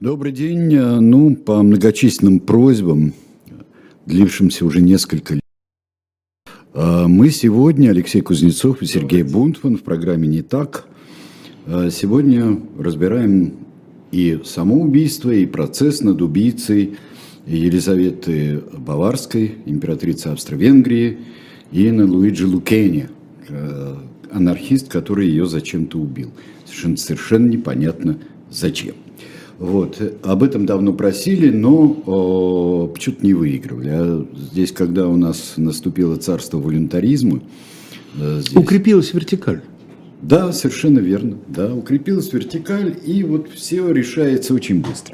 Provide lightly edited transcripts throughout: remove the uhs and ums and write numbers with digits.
Добрый день. Ну, по многочисленным просьбам, длившимся уже несколько лет, мы сегодня, Алексей Кузнецов и Сергей Бунтман, в программе «Не так», сегодня разбираем и самоубийство, и процесс над убийцей Елизаветы Баварской, императрицы Австро-Венгрии, и на Луиджи Лукени, анархист, который ее зачем-то убил. Совершенно непонятно зачем. Вот. Об этом давно просили, но почему-то не выигрывали. А здесь, когда у нас наступило царство волюнтаризма... Здесь... Укрепилась вертикаль. Да, совершенно верно. Да, укрепилась вертикаль, и вот все решается очень быстро.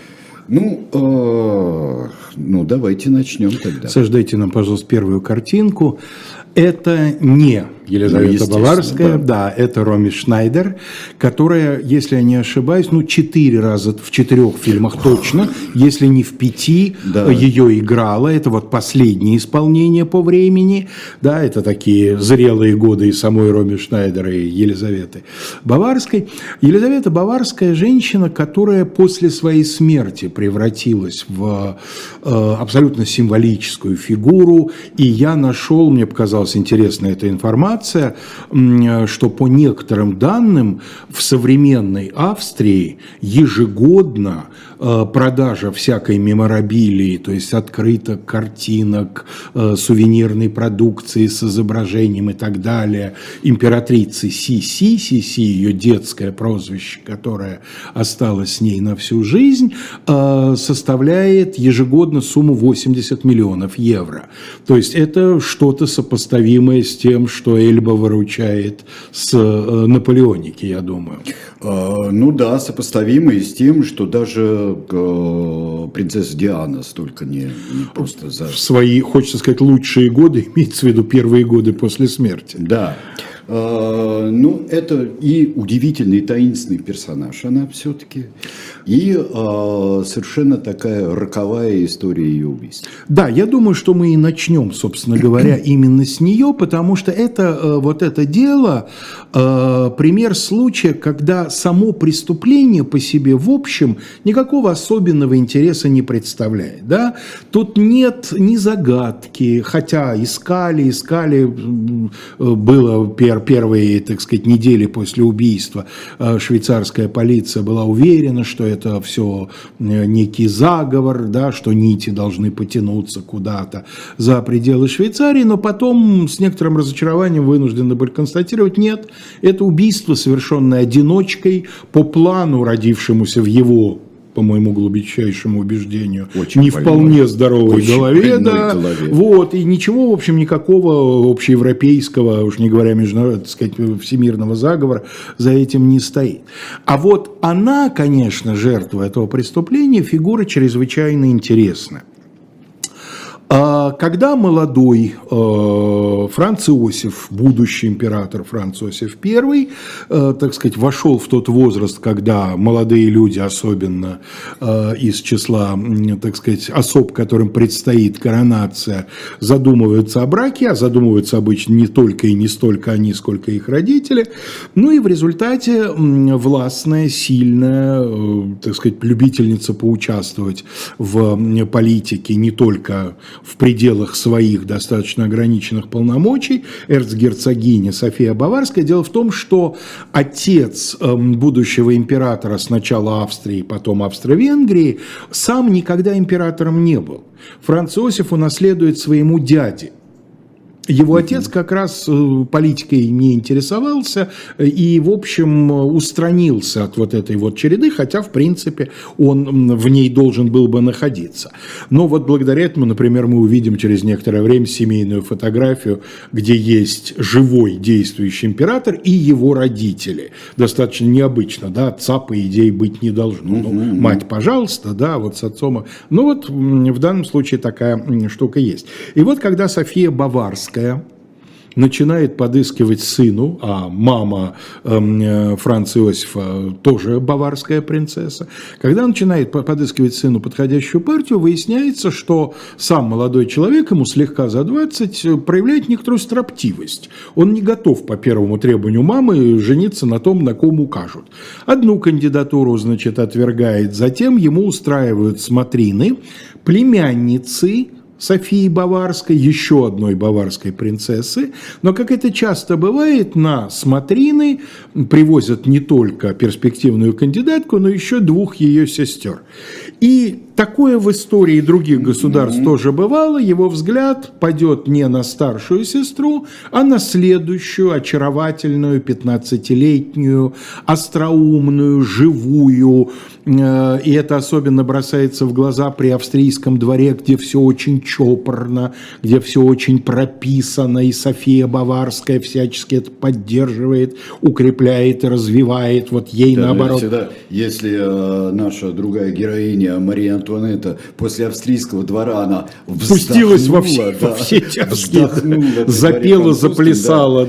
Ну, давайте начнем тогда. Саш, дайте нам, пожалуйста, первую картинку. Это не Елизавета Баварская, да, это Роми Шнайдер, которая, если я не ошибаюсь, 4 раза в 4 фильмах точно, если не в 5, да, ее играла. Это вот последнее исполнение по времени, да, это такие зрелые годы и самой Роми Шнайдер, и Елизаветы Баварской. Елизавета Баварская женщина, которая после своей смерти превратилась в абсолютно символическую фигуру, и я нашел, мне показалась интересная эта информация, что по некоторым данным в современной Австрии ежегодно продажа всякой меморабилии, то есть открыток, картинок, сувенирной продукции с изображением и так далее, императрицы Сиси, ее детское прозвище, которое осталось с ней на всю жизнь, составляет ежегодно сумму 80 миллионов евро. То есть это что-то сопоставимое с тем, что Эльба выручает с Наполеоники, я думаю. Ну да, сопоставимо и с тем, что даже принцесса Диана столько не просто за... В свои, хочется сказать, лучшие годы, имеется в виду первые годы после смерти. Да. Ну, это и удивительный, и таинственный персонаж она все-таки, и совершенно такая роковая история ее убийства. Да, я думаю, что мы и начнем, собственно говоря, именно с нее, потому что это, вот это дело пример случая, когда само преступление по себе, в общем, никакого особенного интереса не представляет. Да? Тут нет ни загадки, хотя искали, было первые, так сказать, недели после убийства швейцарская полиция была уверена, что это все некий заговор, да, что нити должны потянуться куда-то за пределы Швейцарии, но потом с некоторым разочарованием вынуждены были констатировать: нет, это убийство, совершенное одиночкой по плану, родившемуся в его, по моему глубочайшему убеждению, очень не вполне здоровой голове, да, вот, и ничего, в общем, никакого общеевропейского, уж не говоря международного, так сказать, всемирного заговора за этим не стоит. А вот она, конечно, жертва этого преступления, фигура чрезвычайно интересная. Когда молодой Франц Иосиф, будущий император Франц Иосиф I, так сказать, вошел в тот возраст, когда молодые люди, особенно из числа, так сказать, особ, которым предстоит коронация, задумываются о браке, а задумываются обычно не только и не столько они, сколько их родители, ну и в результате властная, сильная, так сказать, любительница поучаствовать в политике не только в пределах своих достаточно ограниченных полномочий, эрцгерцогиня София Баварская. Дело в том, что отец будущего императора, сначала Австрии, потом Австро-Венгрии, сам никогда императором не был. Франц Иосиф унаследует своему дяде. Его отец как раз политикой не интересовался и, в общем, устранился от вот этой вот череды, хотя, в принципе, он в ней должен был бы находиться. Но вот благодаря этому, например, мы увидим через некоторое время семейную фотографию, где есть живой действующий император и его родители. Достаточно необычно, да, отца, по идее, быть не должно. Ну, мать, пожалуйста, да, вот с отцом. Ну вот в данном случае такая штука есть. И вот когда София Баварская начинает подыскивать сыну, а мама Франца Иосифа тоже баварская принцесса. Когда начинает подыскивать сыну подходящую партию, выясняется, что сам молодой человек, ему слегка за 20, проявляет некоторую строптивость. Он не готов по первому требованию мамы жениться на том, на ком укажут. Одну кандидатуру, значит, отвергает, затем ему устраивают смотрины племянницы Софии Баварской, еще одной баварской принцессы. Но, как это часто бывает, на смотрины привозят не только перспективную кандидатку, но еще двух ее сестер. И такое в истории других государств тоже бывало. Его взгляд падет не на старшую сестру, а на следующую, очаровательную, 15-летнюю, остроумную, живую. И это особенно бросается в глаза при австрийском дворе, где все очень чопорно, где все очень прописано, и София Баварская всячески это поддерживает, укрепляет и развивает. Вот ей да, наоборот. Всегда, если наша другая героиня Мария Антуанетта после австрийского двора она спустилась во все тяжкие, запела, заплясала,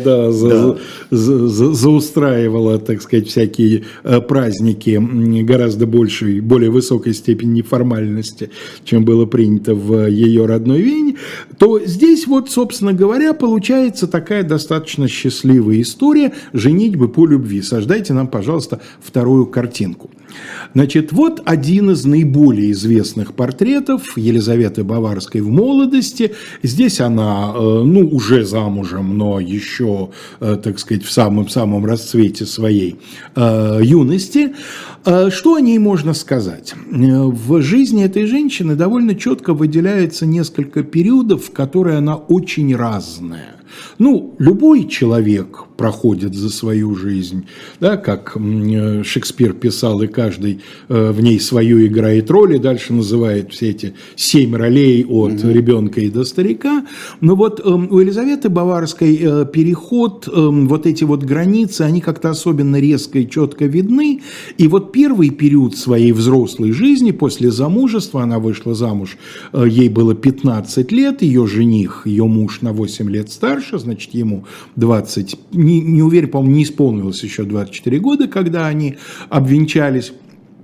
заустраивала, так сказать, всякие праздники гораздо большей, более высокой степени неформальности, чем было принято в ее родной Вене, то здесь вот, собственно говоря, получается такая достаточно счастливая история женитьбы по любви. Сождайте нам, пожалуйста, вторую картинку. Значит, вот один из наиболее известных портретов Елизаветы Баварской в молодости. Здесь она, ну, уже замужем, но еще, так сказать, в самом-самом расцвете своей юности. Что о ней можно сказать? В жизни этой женщины довольно четко выделяется несколько периодов, в которые она очень разная. Ну, любой человек проходит за свою жизнь, да, как Шекспир писал, и каждый в ней свою играет роль, и дальше называет все эти 7 ролей от ребенка и до старика. Но вот у Елизаветы Баварской переход, вот эти вот границы, они как-то особенно резко и четко видны. И вот первый период своей взрослой жизни, после замужества, она вышла замуж, ей было 15 лет, ее жених, ее муж на 8 лет старше, значит, ему 20, не уверен, по-моему, не исполнилось еще 24 года, когда они обвенчались.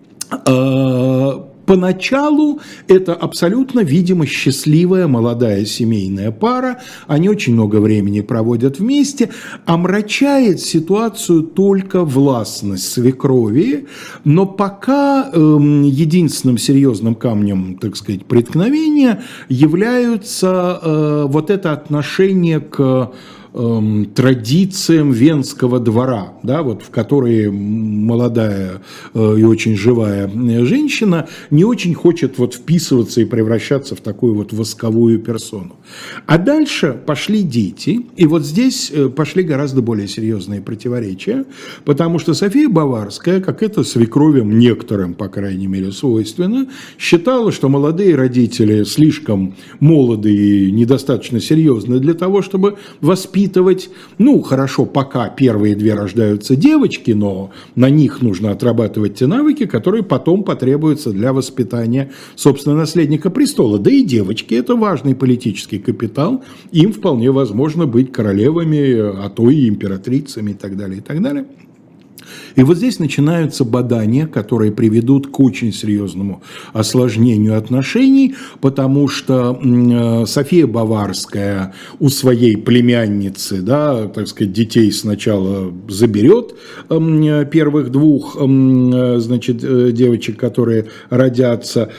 Поначалу это абсолютно, видимо, счастливая молодая семейная пара, они очень много времени проводят вместе, омрачает ситуацию только властность свекрови, но пока единственным серьезным камнем, так сказать, преткновения являются вот это отношение к традициям Венского двора, да, вот, в которые молодая и очень живая женщина не очень хочет вот вписываться и превращаться в такую вот восковую персону. А дальше пошли дети, и вот здесь пошли гораздо более серьезные противоречия, потому что София Баварская, как это свекровям некоторым, по крайней мере, свойственно, считала, что молодые родители слишком молоды и недостаточно серьезны для того, чтобы воспитывать. Ну, хорошо, пока первые 2 рождаются девочки, но на них нужно отрабатывать те навыки, которые потом потребуются для воспитания, собственно, наследника престола. Да и девочки – это важный политический капитал, им вполне возможно быть королевами, а то и императрицами и так далее, и так далее. И вот здесь начинаются бадания, которые приведут к очень серьезному осложнению отношений, потому что София Баварская у своей племянницы, да, так сказать, детей сначала заберет, первых 2, значит, девочек, которые родятся,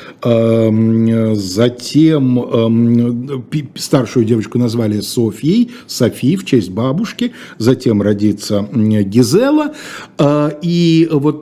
затем старшую девочку назвали Софией, Софи в честь бабушки, затем родится Гизела. И вот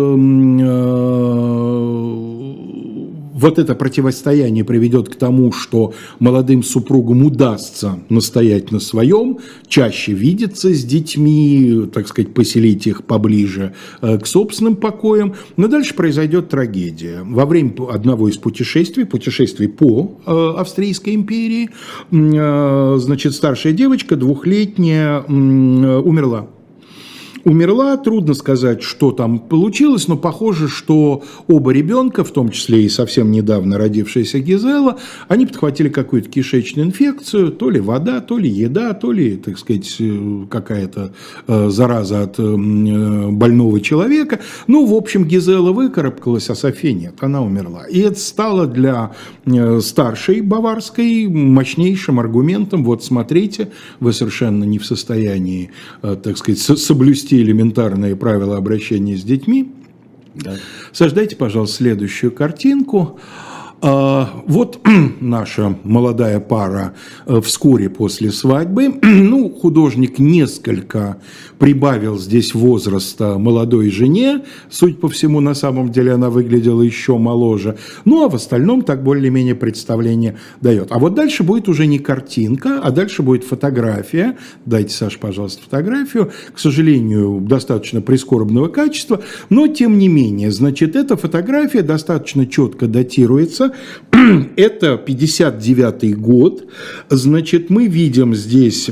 это противостояние приведет к тому, что молодым супругам удастся настоять на своем, чаще видеться с детьми, так сказать, поселить их поближе к собственным покоям. Но дальше произойдет трагедия. Во время одного из путешествий по Австрийской империи, значит, старшая девочка, 2-летняя, умерла. умерла. Трудно сказать, что там получилось, но похоже, что оба ребенка, в том числе и совсем недавно родившаяся Гизела, они подхватили какую-то кишечную инфекцию, то ли вода, то ли еда, то ли, так сказать, какая-то зараза от больного человека. Ну, в общем, Гизела выкарабкалась, а София нет, она умерла. И это стало для старшей Баварской мощнейшим аргументом. Вот смотрите, вы совершенно не в состоянии, так сказать, соблюсти элементарные правила обращения с детьми. Да. Сождайте, пожалуйста, следующую картинку. Вот наша молодая пара вскоре после свадьбы. Ну, художник несколько прибавил здесь возраста молодой жене. Судя по всему, на самом деле она выглядела еще моложе. Ну, а в остальном так более-менее представление дает. А вот дальше будет уже не картинка, а дальше будет фотография. Дайте, Саша, пожалуйста, фотографию. К сожалению, достаточно прискорбного качества, но тем не менее. Значит, эта фотография достаточно четко датируется. Это 59-й год. Значит, мы видим здесь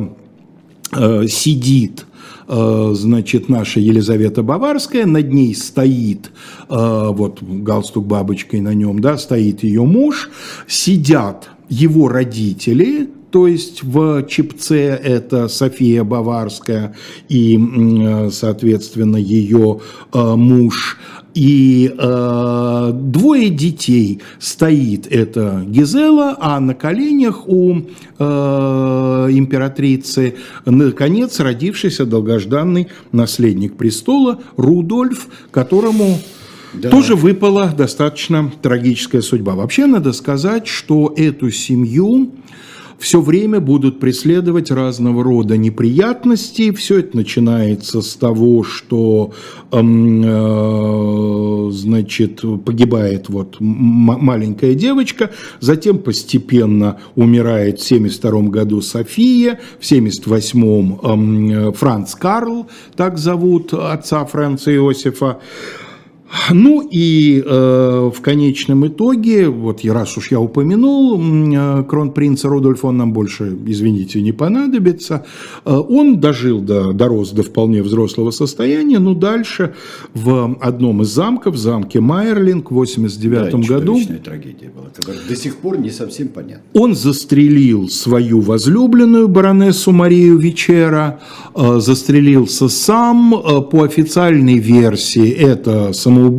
сидит, значит, наша Елизавета Баварская, над ней стоит, вот галстук бабочкой на нем, да, стоит ее муж, сидят его родители, то есть в чепце это София Баварская и, соответственно, ее муж. И двое детей стоит это Гизела, а на коленях у императрицы, наконец, родившийся долгожданный наследник престола Рудольф, которому тоже выпала достаточно трагическая судьба. Вообще, надо сказать, что эту семью все время будут преследовать разного рода неприятности. Все это начинается с того, что значит, погибает вот маленькая девочка, затем постепенно умирает в 1972 году София, в 1978 Франц Карл, так зовут отца Франца Иосифа. Ну и в конечном итоге, вот раз уж я упомянул кронпринца Рудольфа, он нам больше, извините, не понадобится, он дорос до вполне взрослого состояния, но дальше в одном из замков, замке Майерлинг в 1989 году, трагедия была, которая до сих пор не совсем понятна. Он застрелил свою возлюбленную баронессу Марию Вечера, застрелился сам, по официальной версии это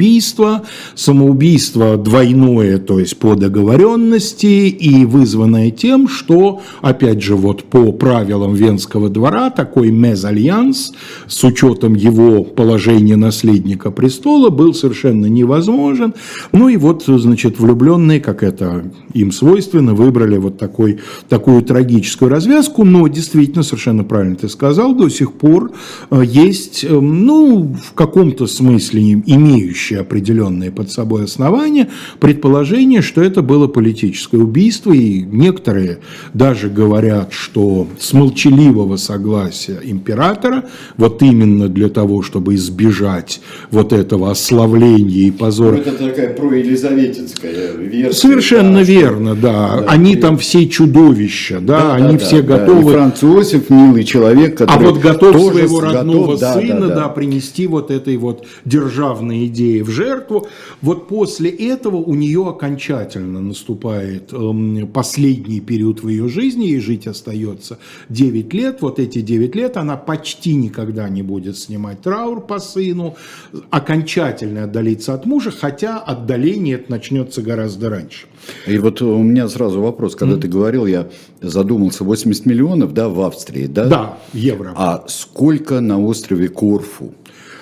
самоубийство двойное, то есть по договоренности, и вызванное тем, что, опять же, вот по правилам Венского двора, такой мезальянс с учетом его положения наследника престола был совершенно невозможен. Ну и вот, значит, влюбленные, как это им свойственно, выбрали вот такую трагическую развязку, но действительно, совершенно правильно ты сказал, до сих пор есть, ну, в каком-то смысле имеющие определенные под собой основания, предположение, что это было политическое убийство, и некоторые даже говорят, что с молчаливого согласия императора, вот именно для того, чтобы избежать вот этого ославления и позора. Это такая проелизаветинская версия. Совершенно верно, да. Они там все чудовища, они все готовы. И Франц Иосиф милый человек, который вот готов тоже своего родного сына принести вот этой вот державной идеи в жертву. Вот после этого у нее окончательно наступает последний период в ее жизни, ей жить остается 9 лет. Вот эти 9 лет она почти никогда не будет снимать траур по сыну, окончательно отдалиться от мужа, хотя отдаление это начнется гораздо раньше. И вот у меня сразу вопрос, когда ты говорил, я задумался, 80 миллионов, да, в Австрии, да? Да, евро. А сколько на острове Корфу?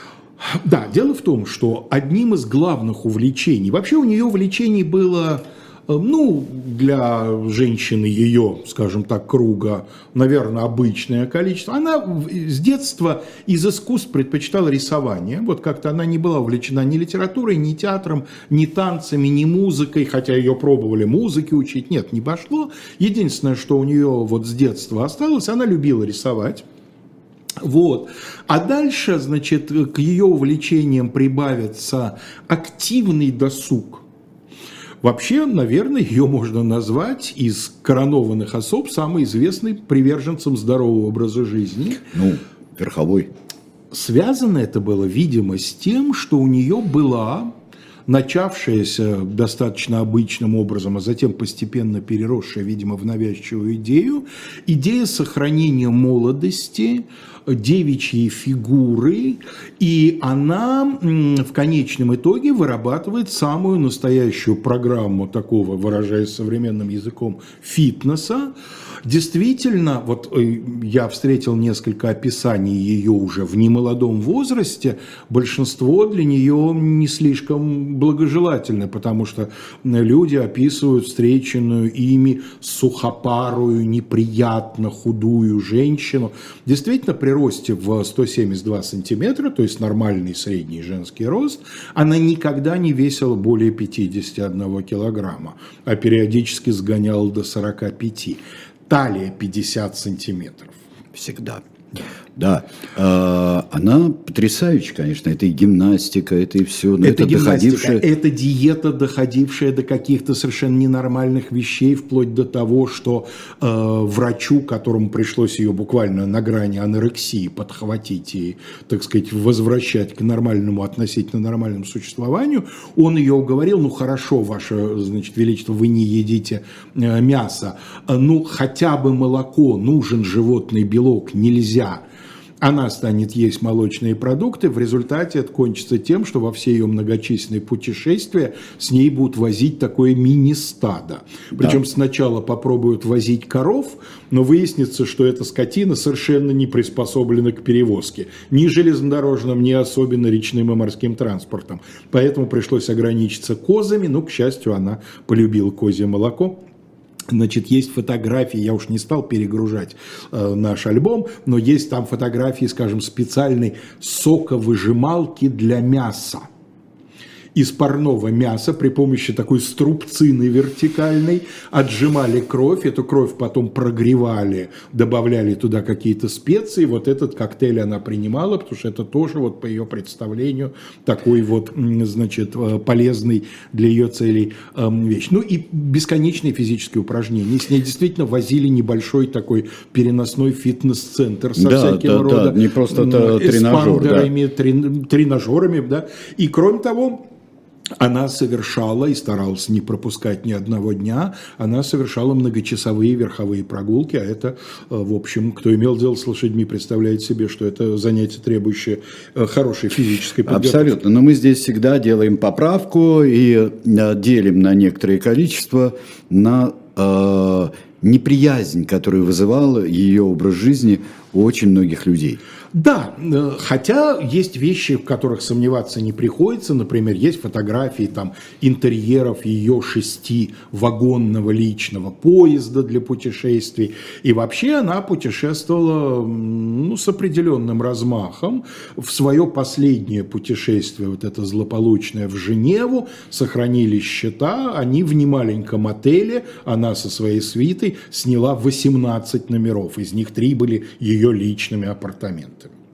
Да, дело в том, что одним из главных увлечений, вообще у нее увлечений было, ну, для женщины ее, скажем так, круга, наверное, обычное количество. Она с детства из искусств предпочитала рисование. Вот как-то она не была увлечена ни литературой, ни театром, ни танцами, ни музыкой, хотя ее пробовали музыке учить. Нет, не пошло. Единственное, что у нее вот с детства осталось, она любила рисовать. Вот. А дальше, значит, к ее увлечениям прибавится активный досуг. Вообще, наверное, ее можно назвать из коронованных особ самой известной приверженцем здорового образа жизни. Ну, верховой. связано это было, видимо, с тем, что у нее была начавшаяся достаточно обычным образом, а затем постепенно переросшая, видимо, в навязчивую идея сохранения молодости, девичьей фигуры, и она в конечном итоге вырабатывает самую настоящую программу такого, выражаясь современным языком, фитнеса. Действительно, вот я встретил несколько описаний ее уже в немолодом возрасте, большинство для нее не слишком благожелательно, потому что люди описывают встреченную ими сухопарую, неприятно худую женщину. Действительно, при росте в 172 сантиметра, то есть нормальный средний женский рост, она никогда не весила более 51 килограмма, а периодически сгоняла до 45. Талия 50 сантиметров. Всегда. Да, она потрясающая, конечно, это и гимнастика, это и все, но это доходившая... Это диета, доходившая до каких-то совершенно ненормальных вещей, вплоть до того, что врачу, которому пришлось ее буквально на грани анорексии подхватить и, так сказать, возвращать к нормальному, относительно нормальному существованию, он ее уговорил: ну хорошо, ваше, значит, величество, вы не едите мясо, ну хотя бы молоко, нужен животный белок, нельзя. Она станет есть молочные продукты, в результате это кончится тем, что во все ее многочисленные путешествия с ней будут возить такое мини-стадо. Причем сначала попробуют возить коров, но выяснится, что эта скотина совершенно не приспособлена к перевозке. Ни железнодорожным, ни особенно речным и морским транспортом. Поэтому пришлось ограничиться козами, но, к счастью, она полюбила козье молоко. Значит, есть фотографии, я уж не стал перегружать наш альбом, но есть там фотографии, скажем, специальной соковыжималки для мяса. Из парного мяса при помощи такой струбцины вертикальной отжимали кровь, эту кровь потом прогревали, добавляли туда какие-то специи, вот этот коктейль она принимала, потому что это тоже вот по ее представлению такой вот, значит, полезный для ее целей вещь. Ну и бесконечные физические упражнения. С ней действительно возили небольшой такой переносной фитнес-центр со всяким рода не просто эспандерами, тренажерами, да. И кроме того, она совершала, и старалась не пропускать ни одного дня, она совершала многочасовые верховые прогулки, а это, в общем, кто имел дело с лошадьми, представляет себе, что это занятие, требующее хорошей физической подготовки. Абсолютно, но мы здесь всегда делаем поправку и делим на некоторое количество на неприязнь, которую вызывал ее образ жизни у очень многих людей. Да, хотя есть вещи, в которых сомневаться не приходится. Например, есть фотографии там, интерьеров ее 6-вагонного личного поезда для путешествий. И вообще она путешествовала с определенным размахом. В свое последнее путешествие, вот это злополучное в Женеву, сохранились счета. Они в немаленьком отеле, она со своей свитой сняла 18 номеров. Из них 3 были ее личными апартаментами.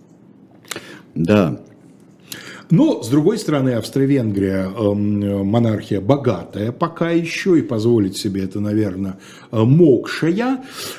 Да. Но, с другой стороны, Австро-Венгрия монархия богатая пока еще, и позволить себе это, наверное, могшая.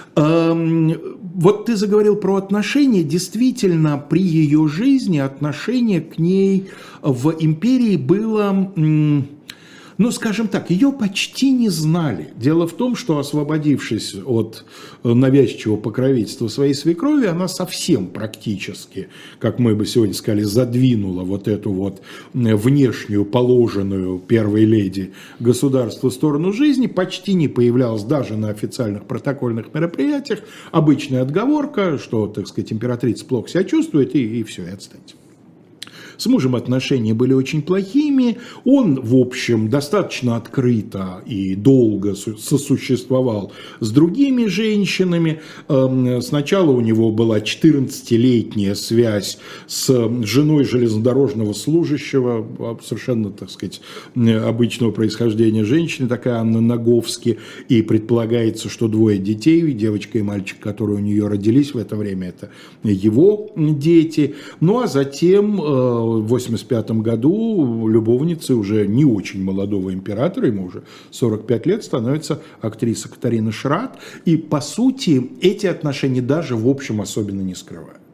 Вот ты заговорил про отношения. Действительно, при ее жизни отношение к ней в империи было... Ну, скажем так, ее почти не знали. Дело в том, что, освободившись от навязчивого покровительства своей свекрови, она совсем практически, как мы бы сегодня сказали, задвинула вот эту вот внешнюю, положенную первой леди государства в сторону жизни, почти не появлялась даже на официальных протокольных мероприятиях. Обычная отговорка, что, так сказать, императрица плохо себя чувствует, и все, и отстаньте. С мужем отношения были очень плохими. Он, в общем, достаточно открыто и долго сосуществовал с другими женщинами. Сначала у него была 14-летняя связь с женой железнодорожного служащего, совершенно, так сказать, обычного происхождения женщины, такая Анна Наговски. И предполагается, что 2 детей, девочка и мальчик, которые у нее родились в это время, это его дети. Ну, а затем... В 1985 году любовницей уже не очень молодого императора, ему уже 45 лет, становится актриса Катарина Шрат. И, по сути, эти отношения даже в общем особенно не скрывают.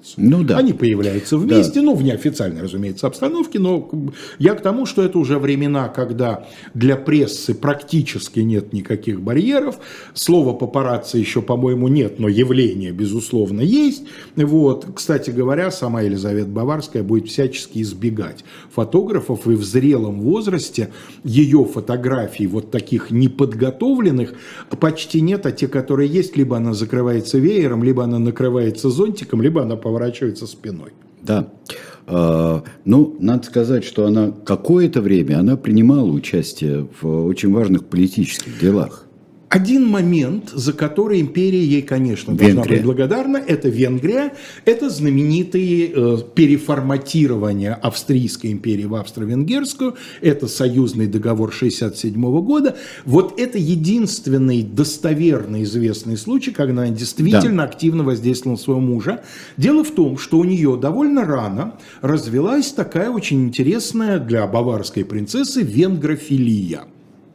Ну да. Они появляются вместе, ну, в неофициальной, разумеется, обстановке, но я к тому, что это уже времена, когда для прессы практически нет никаких барьеров. Слова папарацци еще, по-моему, нет, но явление, безусловно, есть. Вот. Кстати говоря, сама Елизавета Баварская будет всячески избегать фотографов, и в зрелом возрасте ее фотографий вот таких неподготовленных почти нет, а те, которые есть, либо она закрывается веером, либо она накрывается зонтиком, либо она поворачивается спиной. Да. Ну, надо сказать, что она какое-то время она принимала участие в очень важных политических делах. Один момент, за который империя ей, конечно, должна быть благодарна, это Венгрия, это знаменитые переформатирования Австрийской империи в Австро-Венгерскую, это союзный договор 1967 года. Вот это единственный достоверно известный случай, когда она действительно активно воздействовала на своего мужа. Дело в том, что у нее довольно рано развилась такая очень интересная для баварской принцессы венгрофилия.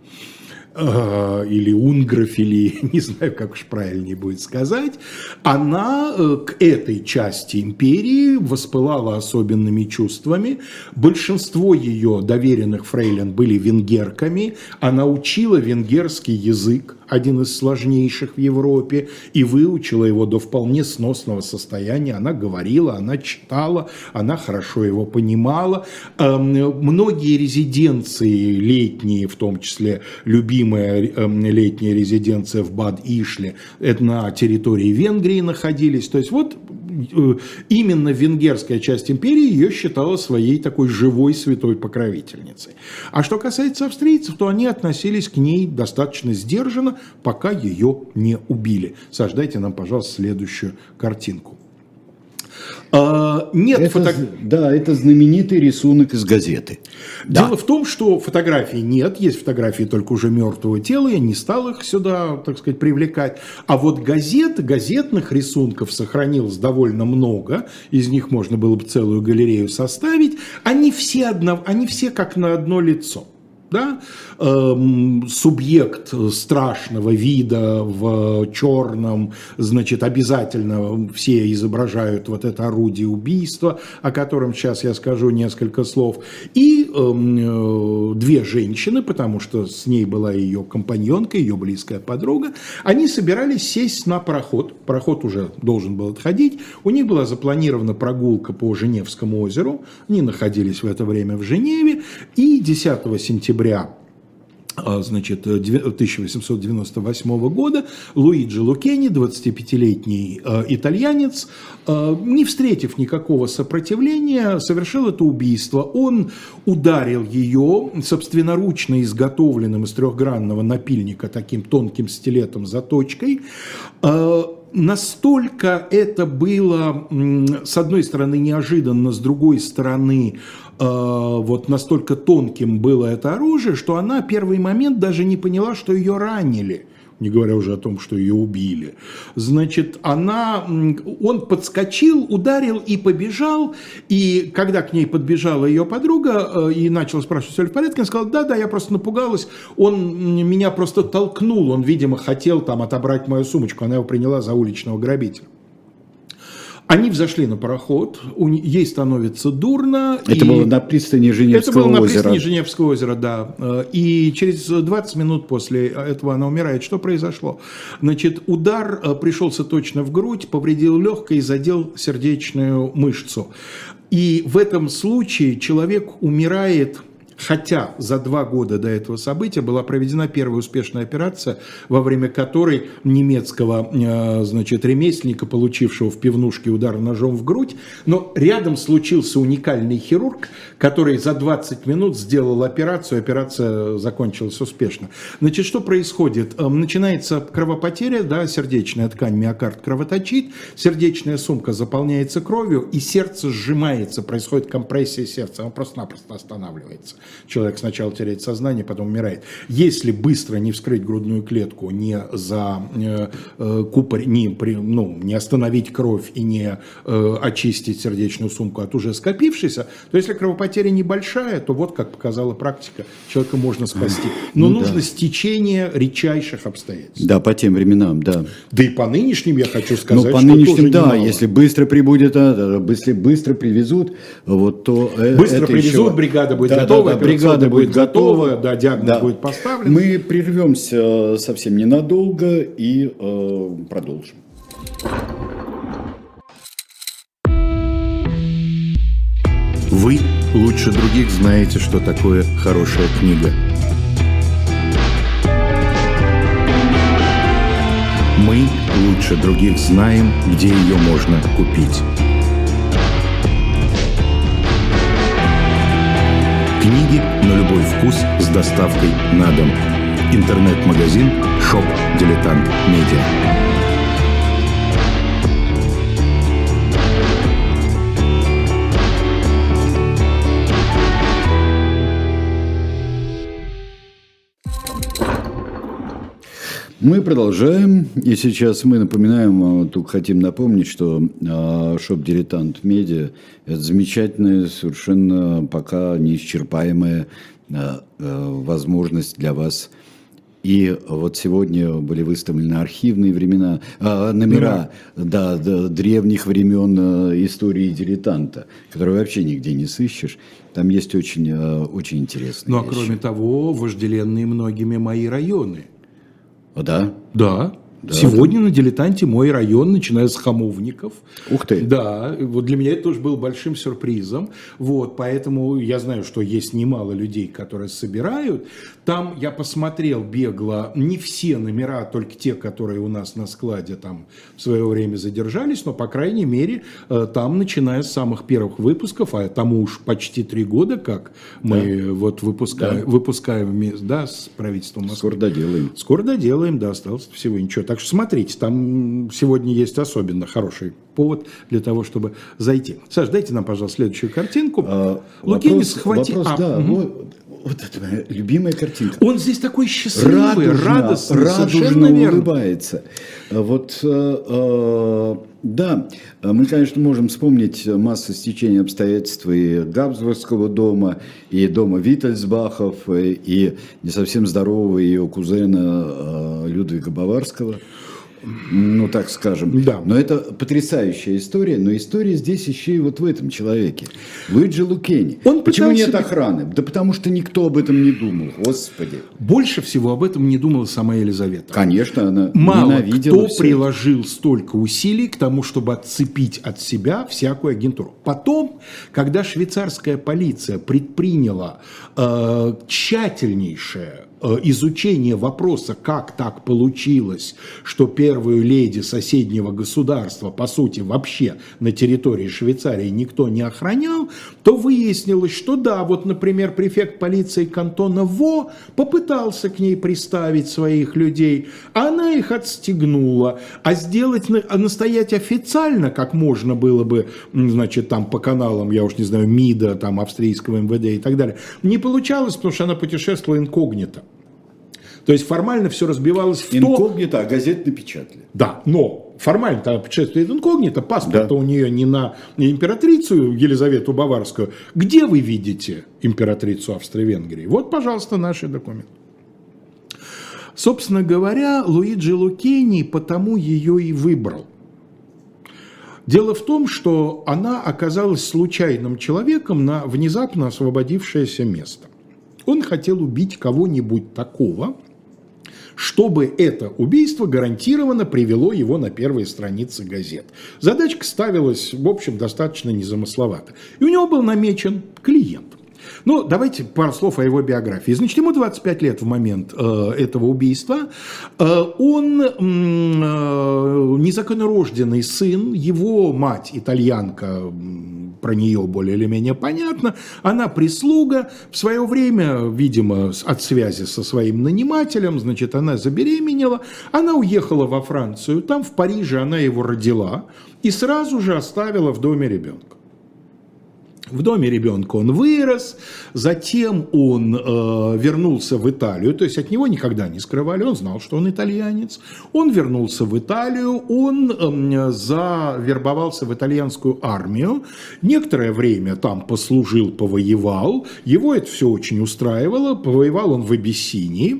Или унгрофилия, не знаю, как уж правильнее будет сказать, она к этой части империи воспылала особенными чувствами. Большинство ее доверенных фрейлин были венгерками, она учила венгерский язык, один из сложнейших в Европе, и выучила его до вполне сносного состояния. Она говорила, она читала, она хорошо его понимала. Многие резиденции летние, в том числе любимая летняя резиденция в Бад-Ишле, это на территории Венгрии находились. То есть вот именно венгерская часть империи ее считала своей такой живой святой покровительницей. А что касается австрийцев, то они относились к ней достаточно сдержанно, пока ее не убили. Сождайте нам, пожалуйста, следующую картинку. Нет Да, это знаменитый рисунок из газеты. Дело в том, что фотографий нет, есть фотографии только уже мертвого тела, я не стал их сюда, так сказать, привлекать. А вот газетных рисунков сохранилось довольно много, из них можно было бы целую галерею составить. Они все как на одно лицо. Да? Субъект страшного вида в черном, значит, обязательно все изображают вот это орудие убийства, о котором сейчас я скажу несколько слов, и две женщины, потому что с ней была ее компаньонка, ее близкая подруга, они собирались сесть на пароход уже должен был отходить, у них была запланирована прогулка по Женевскому озеру, они находились в это время в Женеве, и 10 сентября 1898 года Луиджи Лукени, 25-летний итальянец, не встретив никакого сопротивления, совершил это убийство. Он ударил ее собственноручно изготовленным из трехгранного напильника таким тонким стилетом заточкой. Настолько это было, с одной стороны, неожиданно, с другой стороны, вот настолько тонким было это оружие, что она в первый момент даже не поняла, что ее ранили, не говоря уже о том, что ее убили. Значит, он подскочил, ударил и побежал, и когда к ней подбежала ее подруга и начала спрашивать, все ли в порядке, она сказала, да, я просто напугалась, он меня просто толкнул, он, видимо, хотел там отобрать мою сумочку, она его приняла за уличного грабителя. Они взошли на пароход, ей становится дурно. Это было на пристани Женевского озера. Это было на пристани Женевского озера, да. И через 20 минут после этого она умирает. Что произошло? Значит, удар пришелся точно в грудь, повредил легкое и задел сердечную мышцу. И в этом случае человек умирает... Хотя за 2 года до этого события была проведена первая успешная операция, во время которой немецкого, значит, ремесленника, получившего в пивнушке удар ножом в грудь, но рядом случился уникальный хирург, который за 20 минут сделал операцию, операция закончилась успешно. Значит, что происходит? Начинается кровопотеря, да, сердечная ткань, миокард кровоточит, сердечная сумка заполняется кровью, и сердце сжимается, происходит компрессия сердца, оно просто-напросто останавливается. Человек сначала теряет сознание, потом умирает. Если быстро не вскрыть грудную клетку, не не остановить кровь и не очистить сердечную сумку от уже скопившейся, то если кровопотеря небольшая, то вот, как показала практика, человека можно спасти. Но нужно стечение редчайших обстоятельств. Да, по тем временам, да. Да и по нынешним я хочу сказать, по что нынешним, тоже да, немало. если быстро прибудет, если быстро привезут, вот то Быстро это привезут, еще... бригада будет готова, бригада будет готова, да, диагноз будет поставлен. Мы прервемся совсем ненадолго и продолжим. Вы лучше других знаете, что такое хорошая книга. Мы лучше других знаем, где ее можно купить. Книги на любой вкус с доставкой на дом. Интернет-магазин «Шоп Дилетант Медиа». Мы продолжаем, и сейчас мы напоминаем, только хотим напомнить, что Шоп Дилетант Медиа – это замечательная, совершенно пока неисчерпаемая возможность для вас. И вот сегодня были выставлены архивные номера древних времен истории дилетанта, которые вообще нигде не сыщешь. Там есть очень, очень интересные Ну, а вещи. кроме того, вожделенные многими мои районы. Да? Да. Сегодня на «Дилетанте» мой район, начиная с Хамовников. Ух ты! Да, вот для меня это тоже было большим сюрпризом. Вот, поэтому я знаю, что есть немало людей, которые собирают. Там я посмотрел бегло, не все номера, только те, которые у нас на складе там в свое время задержались, но, по крайней мере, там, начиная с самых первых выпусков, а тому уж почти 3 года, как мы вот выпускаем вместе, с правительством Москвы. Скоро доделаем. Скоро доделаем, да, осталось всего ничего. Так что смотрите, там сегодня есть особенно хороший повод для того, чтобы зайти. Саш, дайте нам, пожалуйста, следующую картинку. Лукини схватил... Вот это моя любимая картинка. Он здесь такой счастливый, радостный, радужно улыбается. Вот, да, мы, конечно, можем вспомнить массу стечений обстоятельств и Габсбургского дома, и дома Виттельсбахов, и не совсем здорового ее кузена Людвига Баварского. Ну, так скажем. Да. Но это потрясающая история. Но история здесь еще и вот в этом человеке. Луиджи Лукини. Почему нет охраны? Да потому что никто об этом не думал. Господи. Больше всего об этом не думала сама Елизавета. Конечно, она мало ненавидела кто все. приложил столько усилий к тому, чтобы отцепить от себя всякую агентуру. Потом, когда швейцарская полиция предприняла тщательнейшее изучение вопроса, как так получилось, что первую леди соседнего государства, по сути, вообще на территории Швейцарии никто не охранял, то выяснилось, что да, вот, например, префект полиции кантона Во попытался к ней приставить своих людей, а она их отстегнула. А настоять официально, как можно было бы, значит, там по каналам, я уж не знаю, МИДа, там, австрийского МВД и так далее, не получалось, потому что она путешествовала инкогнито. То есть формально все разбивалось в инкогнито, а газеты напечатали. Да, но формально там путешествует инкогнито, паспорта у нее не на императрицу Елизавету Баварскую. Где вы видите императрицу Австро-Венгрии? Вот, пожалуйста, наши документы. Собственно говоря, Луиджи Лукини потому ее и выбрал. Дело в том, что она оказалась случайным человеком на внезапно освободившееся место. Он хотел убить кого-нибудь такого, чтобы это убийство гарантированно привело его на первые страницы газет. Задачка ставилась, в общем, достаточно незамысловато. И у него был намечен клиент. Ну, давайте пару слов о его биографии. Значит, ему 25 лет в момент этого убийства. Он незаконнорожденный сын, его мать итальянка, про нее более или менее понятно, она прислуга. В свое время, видимо, от связи со своим нанимателем, значит, она забеременела, она уехала во Францию, там в Париже она его родила и сразу же оставила в доме ребенка. В доме ребенка он вырос, затем он вернулся в Италию, то есть от него никогда не скрывали, он знал, что он итальянец. Он вернулся в Италию, он завербовался в итальянскую армию, некоторое время там послужил, повоевал, его это все очень устраивало, повоевал он в Абиссинии.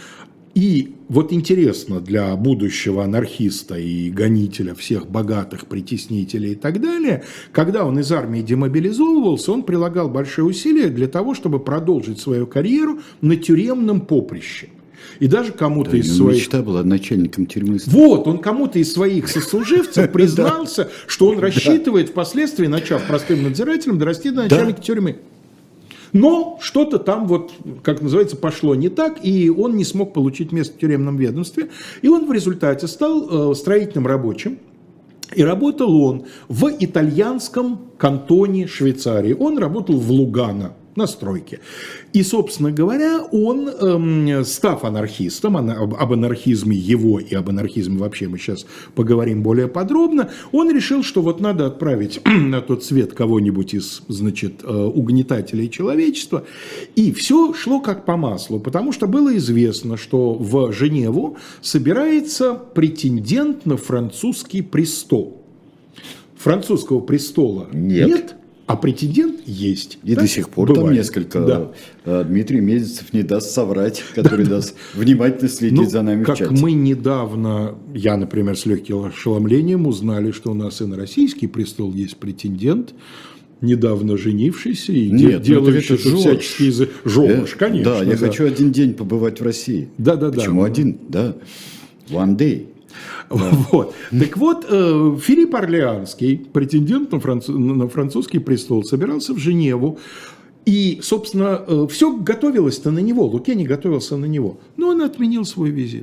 И вот интересно для будущего анархиста и гонителя всех богатых, притеснителей и так далее, когда он из армии демобилизовывался, он прилагал большие усилия для того, чтобы продолжить свою карьеру на тюремном поприще. И даже кому-то из своих... Мечта была начальником тюрьмы. Вот, он кому-то из своих сослуживцев признался, что он рассчитывает впоследствии, начав простым надзирателем, дорасти до начальника тюрьмы. Но что-то там, вот, как называется, пошло не так, и он не смог получить место в тюремном ведомстве. И он в результате стал строительным рабочим. И работал он в итальянском кантоне Швейцарии. Он работал в Лугано на стройке. И, собственно говоря, он, став анархистом, об анархизме его и об анархизме вообще мы сейчас поговорим более подробно, он решил, что вот надо отправить на тот свет кого-нибудь из, значит, угнетателей человечества. И все шло как по маслу, потому что было известно, что в Женеву собирается претендент на французский престол. Французского престола нет. А претендент есть. И до сих пор бывает. Там несколько. Да. Дмитрий Медицев не даст соврать, который даст внимательно следить за нами в чате. Как мы недавно, я, например, с легким ошеломлением узнали, что у нас и на российский престол есть претендент, недавно женившийся и делающий всяческие... Жорж, конечно. Да, я хочу один день побывать в России. Да. Почему один? Да. One day. Да. Вот. Так вот, Филипп Орлеанский, претендент на французский престол, собирался в Женеву. И, собственно, все готовилось-то на него. Лукени готовился на него. Но он отменил свой визит.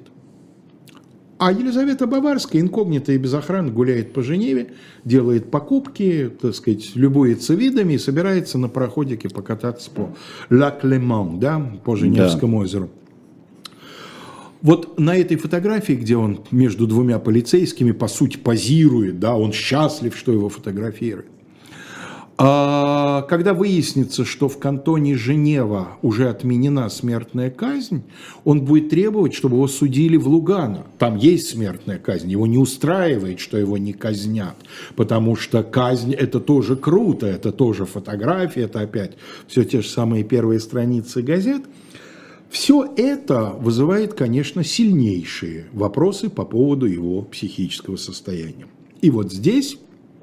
А Елизавета Баварская, инкогнито и без охраны, гуляет по Женеве, делает покупки, так сказать, любуется видами и собирается на пароходике покататься по Ла Клеман, да, по Женевскому озеру. Вот на этой фотографии, где он между двумя полицейскими, по сути, позирует, да, он счастлив, что его фотографируют. А когда выяснится, что в кантоне Женева уже отменена смертная казнь, он будет требовать, чтобы его судили в Лугано. Там есть смертная казнь, его не устраивает, что его не казнят, потому что казнь – это тоже круто, это тоже фотография, это опять все те же самые первые страницы газет. Все это вызывает, конечно, сильнейшие вопросы по поводу его психического состояния. И вот здесь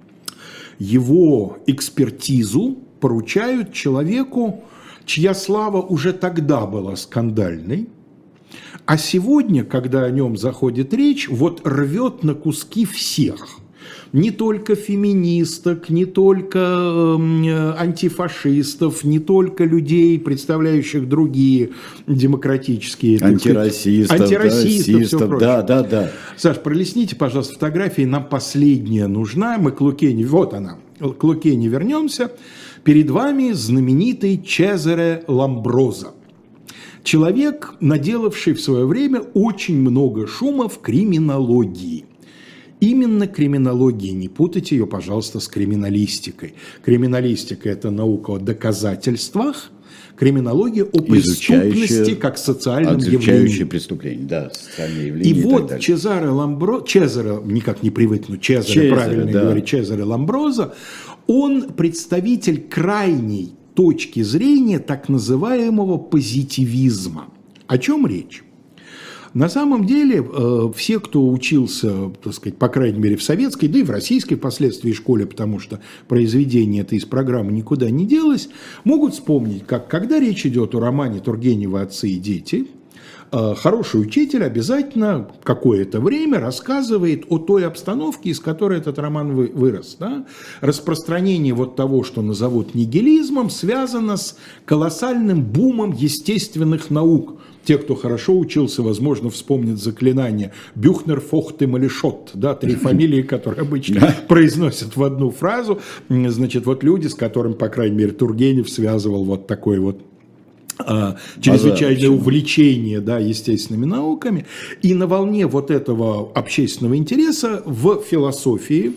его экспертизу поручают человеку, чья слава уже тогда была скандальной, а сегодня, когда о нем заходит речь, вот рвет на куски всех. Не только феминисток, не только антифашистов, не только людей, представляющих другие демократические... Антироссистов, все прочее. Да. Саш, пролистните, пожалуйста, фотографии, нам последняя нужна. Мы к Лукени, вот она, к Лукени вернемся. Перед вами знаменитый Чезаре Ламброзо. Человек, наделавший в свое время очень много шума в криминологии. Именно криминология, не путайте ее, пожалуйста, с криминалистикой. Криминалистика – это наука о доказательствах, криминология о преступности как социальном явлении. Изучающее преступление, да, социальное явление и вот так Чезаре Ламброзо, Чезаре, никак не привыкну, Чезаре, правильно говорить, Чезаре Ламброзо, он представитель крайней точки зрения так называемого позитивизма. О чем речь? На самом деле, все, кто учился, так сказать, по крайней мере, в советской, да и в российской впоследствии школе, потому что произведение это из программы никуда не делось, могут вспомнить, как когда речь идет о романе Тургенева «Отцы и дети», хороший учитель обязательно какое-то время рассказывает о той обстановке, из которой этот роман вырос. Да? Распространение вот того, что назовут нигилизмом, связано с колоссальным бумом естественных наук. Те, кто хорошо учился, возможно, вспомнят заклинание Бюхнер, Фохт и Малишот, да, 3 фамилии, которые обычно произносят в одну фразу. Значит, вот люди, с которыми, по крайней мере, Тургенев связывал вот такой вот чрезвычайное увлечение, да, естественными науками. И на волне вот этого общественного интереса в философии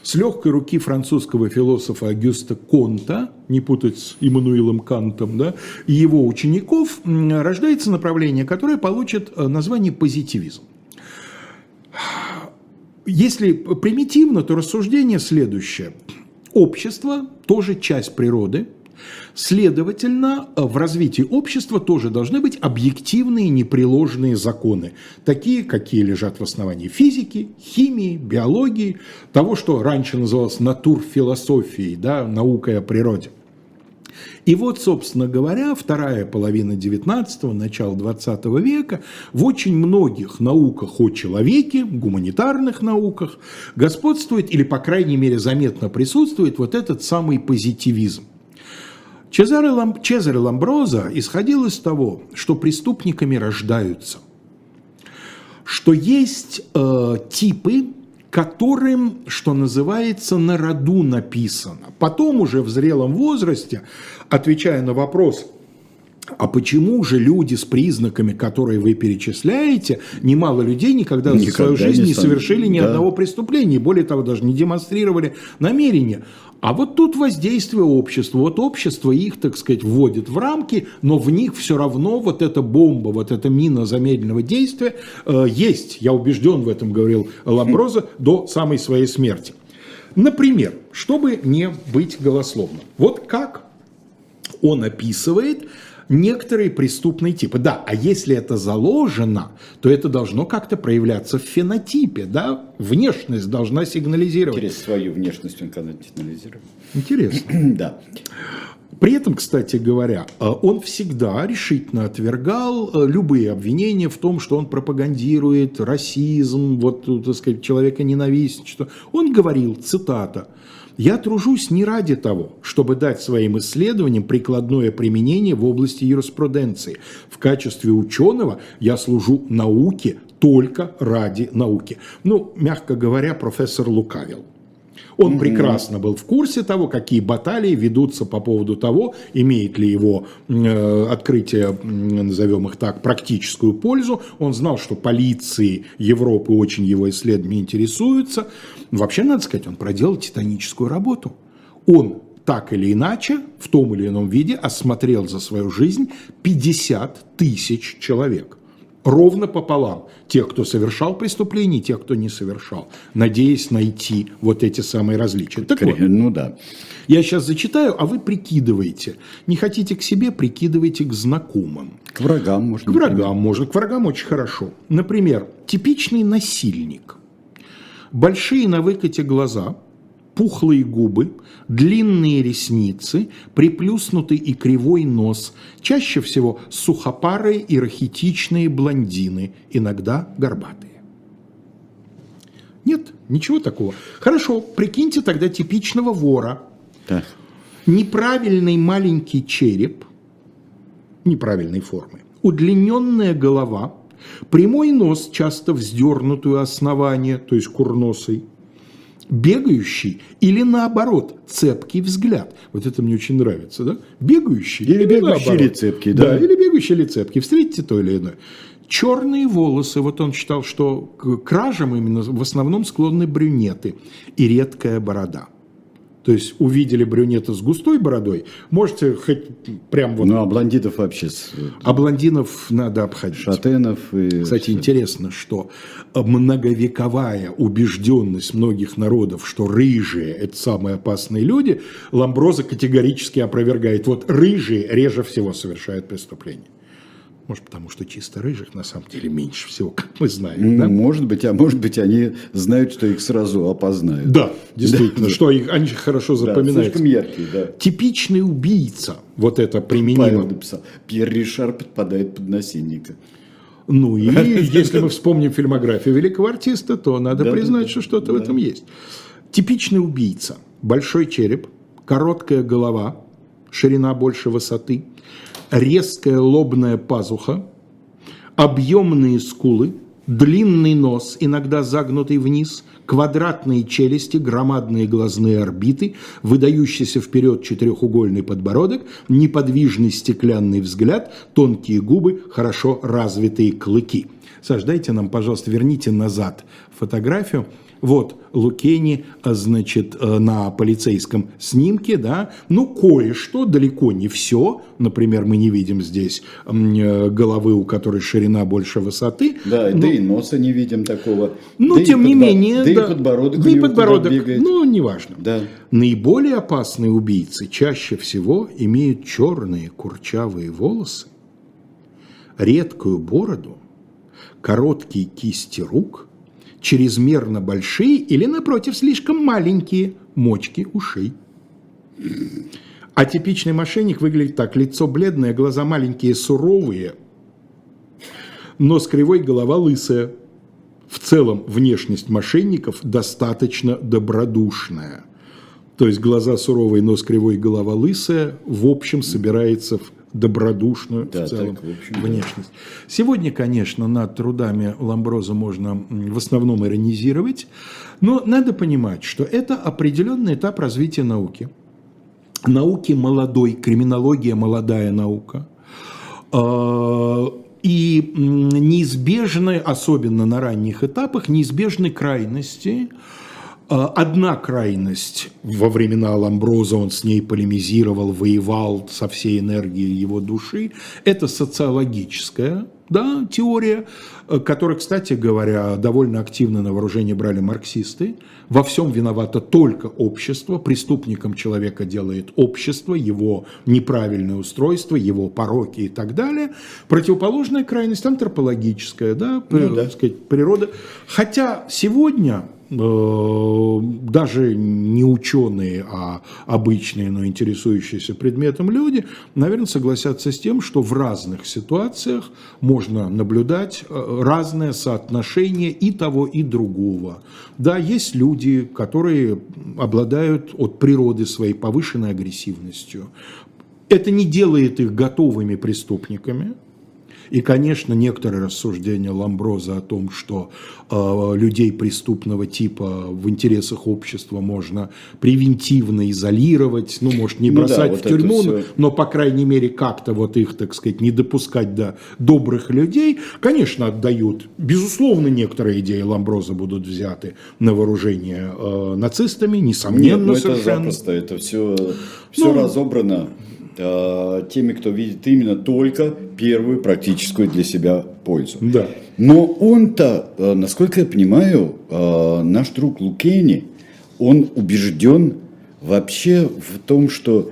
с легкой руки французского философа Агюста Конта, не путать с Иммануилом Кантом, да, и его учеников, рождается направление, которое получит название позитивизм. Если примитивно, то рассуждение следующее. Общество тоже часть природы. Следовательно, в развитии общества тоже должны быть объективные непреложные законы, такие, какие лежат в основании физики, химии, биологии, того, что раньше называлось натурфилософией, да, наукой о природе. И вот, собственно говоря, вторая половина XIX, начало XX века в очень многих науках о человеке, гуманитарных науках, господствует или, по крайней мере, заметно присутствует вот этот самый позитивизм. Чезаре Ламброзо исходил из того, что преступниками рождаются, что есть типы, которым, что называется, на роду написано. Потом уже в зрелом возрасте, отвечая на вопрос, а почему же люди с признаками, которые вы перечисляете, немало людей никогда в свою жизнь не совершили ни одного преступления, более того, даже не демонстрировали намерения. А вот тут воздействие общества. Вот общество их, так сказать, вводит в рамки, но в них все равно вот эта бомба, вот эта мина замедленного действия есть. Я убежден в этом, говорил Ламброзо, до самой своей смерти. Например, чтобы не быть голословным. Вот как он описывает некоторые преступные типы. Да, а если это заложено, то это должно как-то проявляться в фенотипе, да? Внешность должна сигнализировать. Через свою внешность он когда-то сигнализирует. Интересно. Да. При этом, кстати говоря, он всегда решительно отвергал любые обвинения в том, что он пропагандирует расизм, вот, так сказать, человеконенавистничество. Он говорил, цитата, «Я тружусь не ради того, чтобы дать своим исследованиям прикладное применение в области юриспруденции. В качестве ученого я служу науке только ради науки». Ну, мягко говоря, профессор лукавил. Он прекрасно был в курсе того, какие баталии ведутся по поводу того, имеет ли его открытие, назовем их так, практическую пользу. Он знал, что полиции Европы очень его исследованиями интересуются. Вообще, надо сказать, он проделал титаническую работу. Он так или иначе, в том или ином виде, осмотрел за свою жизнь 50 тысяч человек. Ровно пополам. Тех, кто совершал преступления, и тех, кто не совершал. Надеясь найти вот эти самые различия. Так вот, ну да. Я сейчас зачитаю, а вы прикидываете. Не хотите к себе, прикидывайте к знакомым. К врагам можно. К врагам можно. К врагам очень хорошо. Например, типичный насильник. Большие на выкате глаза, пухлые губы, длинные ресницы, приплюснутый и кривой нос, чаще всего сухопарые и рахитичные блондины, иногда горбатые. Нет, ничего такого. Хорошо, прикиньте тогда типичного вора. Да. Неправильный маленький череп, неправильной формы, удлиненная голова, прямой нос, часто вздернутый у основания, то есть курносый, бегающий или наоборот цепкий взгляд. Вот это мне очень нравится, да? Бегающий или бегающий или цепкий, да? Да, или бегающий или цепкий. Встретите то или иное. Черные волосы. Вот он считал, что к кражам именно в основном склонны брюнеты и редкая борода. То есть увидели брюнета с густой бородой, можете хоть прям вот... Ну, а блондинов вообще... А блондинов надо обходить. Шатенов и... Кстати, интересно, что многовековая убежденность многих народов, что рыжие – это самые опасные люди, Ламброзо категорически опровергает. Вот рыжие реже всего совершают преступления. Может, потому что чисто рыжих на самом деле меньше всего, как мы знаем. Да? Может быть, а может быть, они знают, что их сразу опознают. Да, действительно, да. Что они хорошо запоминаются. Слишком яркие, да. Типичный убийца, вот это применимо. Павел написал, Пьер Ришар подпадает под насильника. Ну и если мы вспомним фильмографию великого артиста, то надо признать, что что-то в этом есть. Типичный убийца. Большой череп, короткая голова, ширина больше высоты, резкая лобная пазуха, объемные скулы, длинный нос, иногда загнутый вниз, квадратные челюсти, громадные глазные орбиты, выдающийся вперед четырехугольный подбородок, неподвижный стеклянный взгляд, тонкие губы, хорошо развитые клыки. Саш, дайте нам, пожалуйста, верните назад фотографию. Вот Лукени, значит, на полицейском снимке, да, ну, кое-что, далеко не все. Например, мы не видим здесь головы, у которой ширина больше высоты. Да, да и носа не видим такого. Но, да тем не менее... Да, да, и подбородок да у и него подбородок, бегает. ну, неважно. Да. Наиболее опасные убийцы чаще всего имеют черные курчавые волосы, редкую бороду, короткие кисти рук, чрезмерно большие или, напротив, слишком маленькие мочки ушей. А типичный мошенник выглядит так. Лицо бледное, глаза маленькие, суровые, нос кривой, голова лысая. В целом, внешность мошенников достаточно добродушная. То есть, глаза суровые, нос кривой, голова лысая, в общем, собирается в добродушную, да, в целом, так, в общем, внешность. Да. Сегодня, конечно, над трудами Ламброзо можно в основном иронизировать, но надо понимать, что это определенный этап развития науки. Науки молодой, криминология молодая наука. И неизбежны, особенно на ранних этапах, неизбежны крайности. Одна крайность во времена Ламброзо, он с ней полемизировал, воевал со всей энергией его души, это социологическая, да, теория, которая, кстати говоря, довольно активно на вооружение брали марксисты. Во всем виновато только общество, преступником человека делает общество, его неправильное устройство, его пороки и так далее. Противоположная крайность антропологическая, да, так сказать, природа. Хотя сегодня даже не ученые, а обычные, но интересующиеся предметом люди, наверное, согласятся с тем, что в разных ситуациях можно наблюдать разное соотношение и того, и другого. Да, есть люди, которые обладают от природы своей повышенной агрессивностью. Это не делает их готовыми преступниками. И, конечно, некоторые рассуждения Ламброзо о том, что людей преступного типа в интересах общества можно превентивно изолировать, ну, может, не бросать в тюрьму, но, по крайней мере, как-то вот их, так сказать, не допускать до добрых людей, конечно, отдают. Безусловно, некоторые идеи Ламброзо будут взяты на вооружение нацистами, несомненно. Нет, это запросто, это все разобрано теми, кто видит именно только первую практическую для себя пользу. Да. Но он-то, насколько я понимаю, наш друг Лукени, он убежден вообще в том, что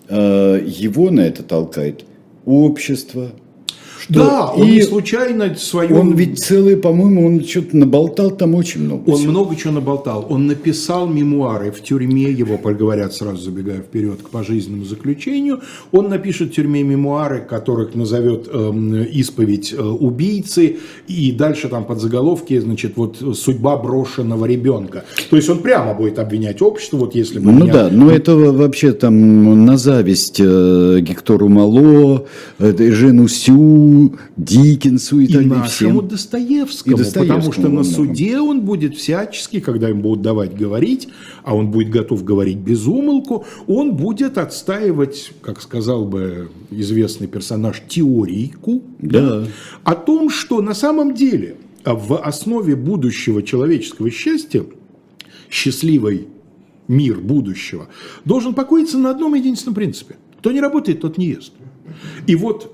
его на это толкает общество. Да, он не случайно свою... Он ведь целый, по-моему, он что-то наболтал там очень много. Он много чего наболтал. Он написал мемуары в тюрьме, его говорят, сразу забегая вперед, к пожизненному заключению. Он напишет в тюрьме мемуары, которых назовет «Исповедь убийцы», и дальше там под заголовки, значит, вот «Судьба брошенного ребенка». То есть он прямо будет обвинять общество, вот если бы... Ну да, но это вообще там на зависть Гектору Мало, Жену Сю, Диккенсу и так далее. И нашему Достоевскому, потому что на суде он будет всячески, когда им будут давать говорить, а он будет готов говорить без умолку, он будет отстаивать, как сказал бы известный персонаж, теорийку, да, о том, что на самом деле в основе будущего человеческого счастья, счастливый мир будущего, должен покоиться на одном единственном принципе. Кто не работает, тот не ест. И вот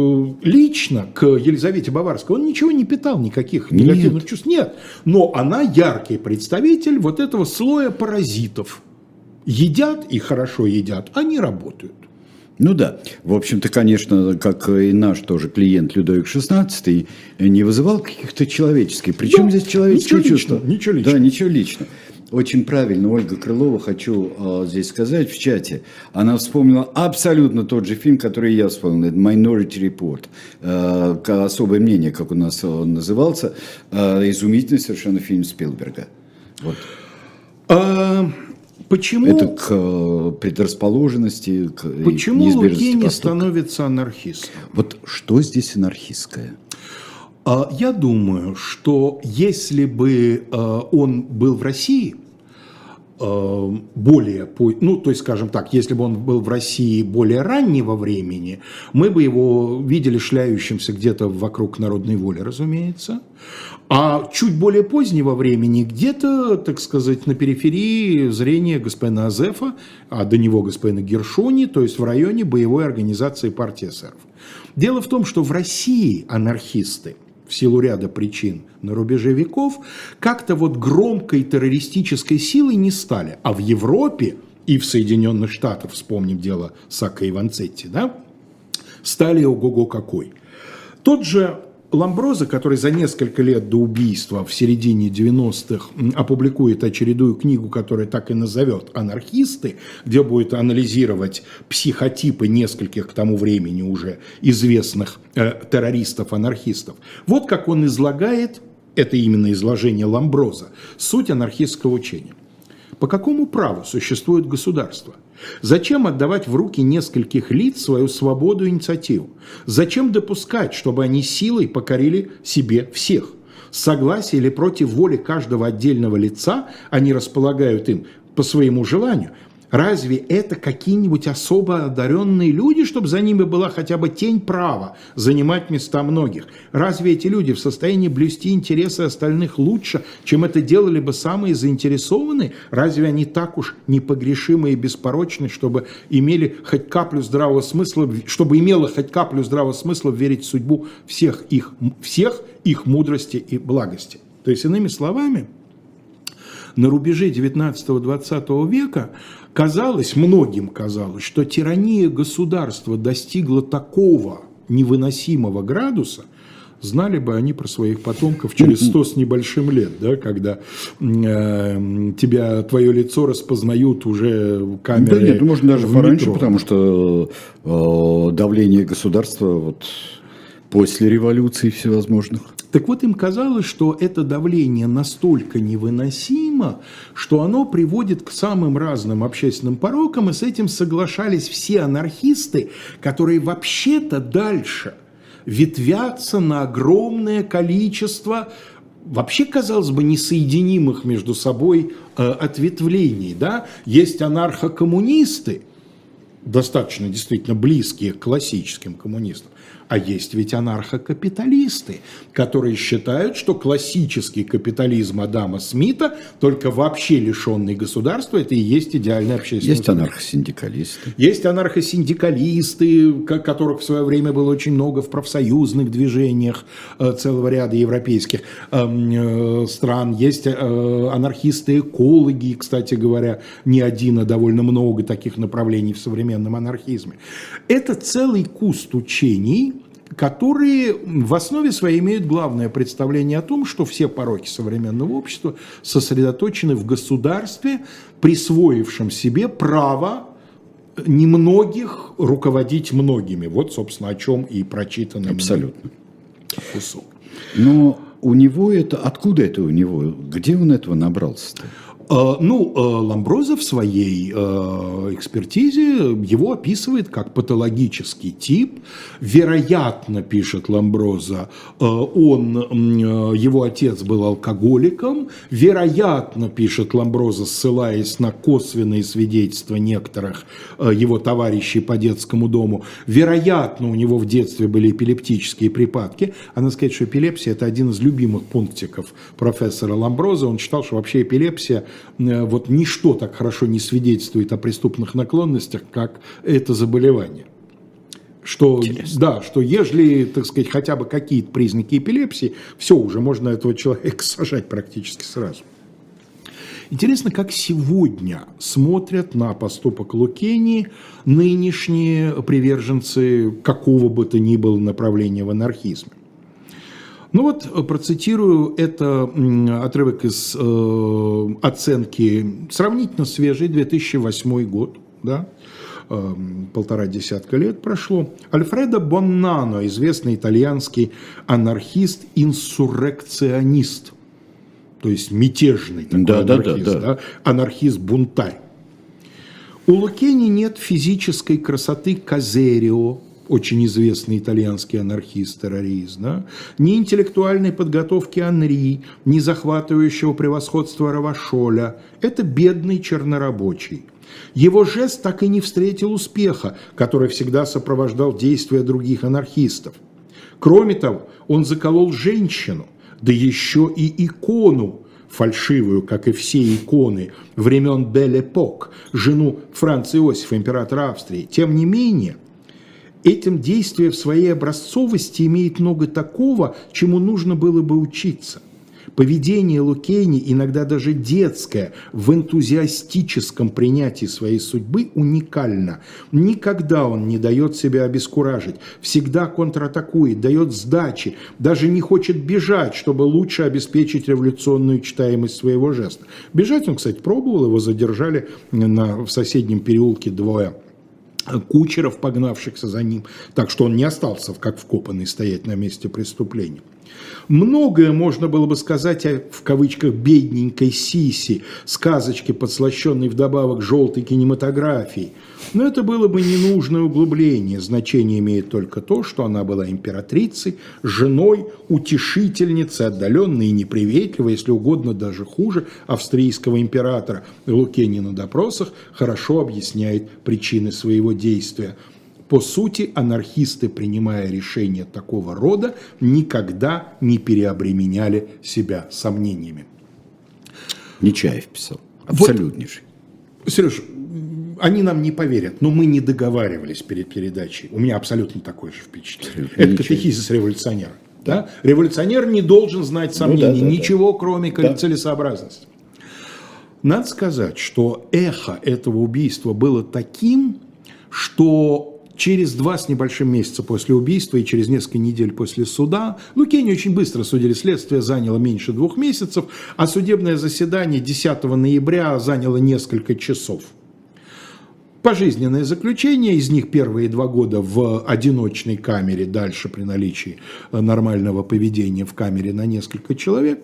лично к Елизавете Баварской он ничего не питал, никаких негативных чувств. Нет. Но она яркий представитель вот этого слоя паразитов. Едят и хорошо едят, а не работают. Ну да, в общем-то, конечно, как и наш тоже клиент Людовик XVI не вызывал каких-то человеческих. Причем здесь человеческие чувства? Ничего личного. Да, ничего личного. Очень правильно, Ольга Крылова, хочу здесь сказать в чате, она вспомнила абсолютно тот же фильм, который я вспомнил, это Minority Report, особое мнение, как у нас он назывался, изумительный совершенно фильм Спилберга. Вот. Почему? Это к предрасположенности, к Почему неизбежности Лукени поступка. становится анархистом? Вот что здесь анархистское? Я думаю, что если бы он был в России, более, ну, то есть, скажем так, если бы он был в России более раннего времени, мы бы его видели шляющимся где-то вокруг народной воли, разумеется. А чуть более позднего времени где-то, так сказать, на периферии зрения господина Азефа, а до него господина Гершуни, то есть в районе боевой организации партии эсеров. Дело в том, что в России анархисты в силу ряда причин на рубеже веков, как-то вот громкой террористической силой не стали. А в Европе и в Соединенных Штатах, вспомним дело Сакко и Ванцетти, да, стали ого-го какой. Тот же Ламброзо, который за несколько лет до убийства в середине 90-х опубликует очередную книгу, которая так и назовет «Анархисты», где будет анализировать психотипы нескольких к тому времени уже известных террористов-анархистов. Вот как он излагает, это именно изложение Ламброзо, суть анархистского учения. По какому праву существует государство? Зачем отдавать в руки нескольких лиц свою свободу и инициативу? Зачем допускать, чтобы они силой покорили себе всех? Согласие или против воли каждого отдельного лица они располагают им по своему желанию? Разве это какие-нибудь особо одаренные люди, чтобы за ними была хотя бы тень права занимать места многих? Разве эти люди в состоянии блюсти интересы остальных лучше, чем это делали бы самые заинтересованные? Разве они так уж непогрешимы и беспорочны, чтобы имели хоть каплю здравого смысла, чтобы имело хоть каплю здравого смысла верить в судьбу всех их мудрости и благости? То есть, иными словами, на рубеже 19-20 века многим казалось, что тирания государства достигла такого невыносимого градуса, знали бы они про своих потомков через 100 с небольшим лет, да, когда твое лицо распознают уже камеры. Да нет, можно даже пораньше, потому что давление государства вот, после революций всевозможных. Так вот, им казалось, что это давление настолько невыносимо, что оно приводит к самым разным общественным порокам, и с этим соглашались все анархисты, которые вообще-то дальше ветвятся на огромное количество, вообще, казалось бы, несоединимых между собой ответвлений. Да? Есть анархокоммунисты, достаточно действительно близкие к классическим коммунистам. А есть ведь анархокапиталисты, которые считают, что классический капитализм Адама Смита, только вообще лишенный государства, это и есть идеальный общественный. Есть анархосиндикалисты. Есть анархосиндикалисты, которых в свое время было очень много в профсоюзных движениях целого ряда европейских стран. Есть анархисты-экологи, кстати говоря, не один, а довольно много таких направлений в современном анархизме. Это целый куст учений, которые в основе своей имеют главное представление о том, что все пороки современного общества сосредоточены в государстве, присвоившем себе право немногих руководить многими. Вот, собственно, о чем и прочитано. Абсолютно. Кусок. Но у него это... Откуда это у него? Где он этого набрался-то? Ламброзо в своей экспертизе его описывает как патологический тип. Вероятно, пишет Ламброзо, его отец был алкоголиком. Вероятно, пишет Ламброзо, ссылаясь на косвенные свидетельства некоторых его товарищей по детскому дому, вероятно, у него в детстве были эпилептические припадки. А надо сказать, что эпилепсия – это один из любимых пунктиков профессора Ламброзо. Он считал, что вообще эпилепсия вот ничто так хорошо не свидетельствует о преступных наклонностях, как это заболевание. Что, да, что ежели, так сказать, хотя бы какие-то признаки эпилепсии, все, уже можно этого человека сажать практически сразу. Интересно, как сегодня смотрят на поступок Лукени нынешние приверженцы какого бы то ни было направления в анархизме. Ну вот, процитирую, это отрывок из оценки сравнительно свежей, 2008 год, да, 1,5 десятка лет прошло. Альфредо Боннано, известный итальянский анархист-инсуррекционист, то есть мятежный такой анархист, да, анархист-бунтарь. У Лукени нет физической красоты Казерио, очень известный итальянский анархист-террорист, да, ни интеллектуальной подготовки Анри, ни захватывающего превосходства Равашоля. Это бедный чернорабочий. Его жест так и не встретил успеха, который всегда сопровождал действия других анархистов. Кроме того, он заколол женщину, да еще и икону, фальшивую, как и все иконы времен Бель-Эпок, жену Франца Иосифа, императора Австрии. Тем не менее, этим действие в своей образцовости имеет много такого, чему нужно было бы учиться. Поведение Лукени, иногда даже детское, в энтузиастическом принятии своей судьбы уникально. Никогда он не дает себя обескуражить, всегда контратакует, дает сдачи, даже не хочет бежать, чтобы лучше обеспечить революционную читаемость своего жеста. Бежать он, кстати, пробовал, его задержали в соседнем переулке двое кучеров, погнавшихся за ним, так что он не остался, как вкопанный, стоять на месте преступления. Многое можно было бы сказать о, в кавычках, бедненькой Сиси, сказочке, подслащенной вдобавок желтой кинематографией. Но это было бы ненужное углубление. Значение имеет только то, что она была императрицей, женой, утешительницей, отдаленной и неприветливой, если угодно даже хуже, австрийского императора. Лукени на допросах хорошо объясняет причины своего действия. По сути, анархисты, принимая решения такого рода, никогда не переобременяли себя сомнениями. Нечаев писал. Абсолютнейший. Вот, Сереж, они нам не поверят, но мы не договаривались перед передачей. У меня абсолютно такое же впечатление. Это катехизис революционера. Да? Революционер не должен знать сомнений, ничего, кроме целесообразности. Надо сказать, что эхо этого убийства было таким, что через 2 с небольшим месяца после убийства и через несколько недель после суда, Лукени очень быстро судили, следствие заняло меньше 2 месяцев, а судебное заседание 10 ноября заняло несколько часов. Пожизненное заключение, из них первые 2 года в одиночной камере, дальше при наличии нормального поведения в камере на несколько человек.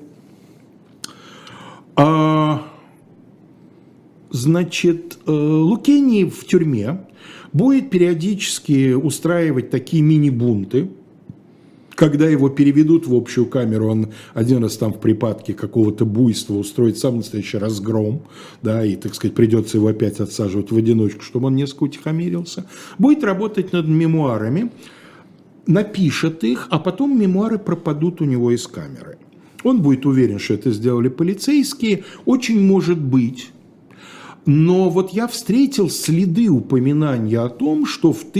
Значит, Лукени в тюрьме будет периодически устраивать такие мини-бунты, когда его переведут в общую камеру, он один раз там в припадке какого-то буйства устроит сам настоящий разгром, да, и, так сказать, придется его опять отсаживать в одиночку, чтобы он несколько утихомирился. Будет работать над мемуарами, напишет их, а потом мемуары пропадут у него из камеры. Он будет уверен, что это сделали полицейские, очень может быть. Но вот я встретил следы упоминания о том, что в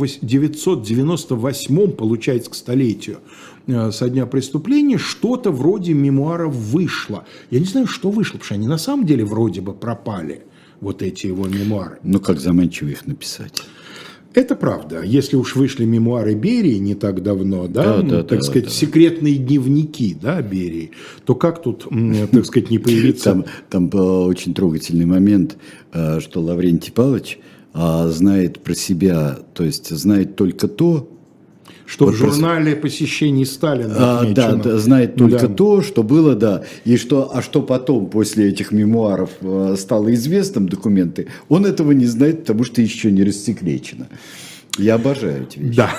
1998, получается, к столетию со дня преступления, что-то вроде мемуаров вышло. Я не знаю, что вышло, потому что они на самом деле вроде бы пропали, вот эти его мемуары. Ну, как заманчиво их написать. Это правда. Если уж вышли мемуары Берии не так давно, так сказать, секретные дневники, Берии, то как тут, так сказать, не появиться? Там был очень трогательный момент, что Лаврентий Павлович знает про себя, то есть знает только то, что в журнале посещений Сталина отмечено. Да, знает только то, что было, и что потом, после этих мемуаров, стало известным, документы, он этого не знает, потому что еще не рассекречено. Я обожаю эти вещи. Да.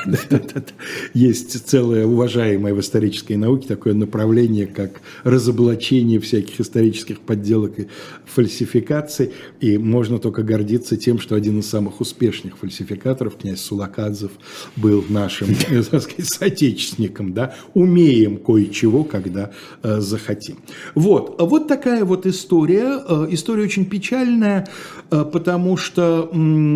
Есть целое уважаемое в исторической науке такое направление, как разоблачение всяких исторических подделок и фальсификаций. И можно только гордиться тем, что один из самых успешных фальсификаторов, князь Сулакадзев, был нашим, так сказать, соотечественником. Умеем кое-чего, когда захотим. Вот такая вот история. История очень печальная, потому что,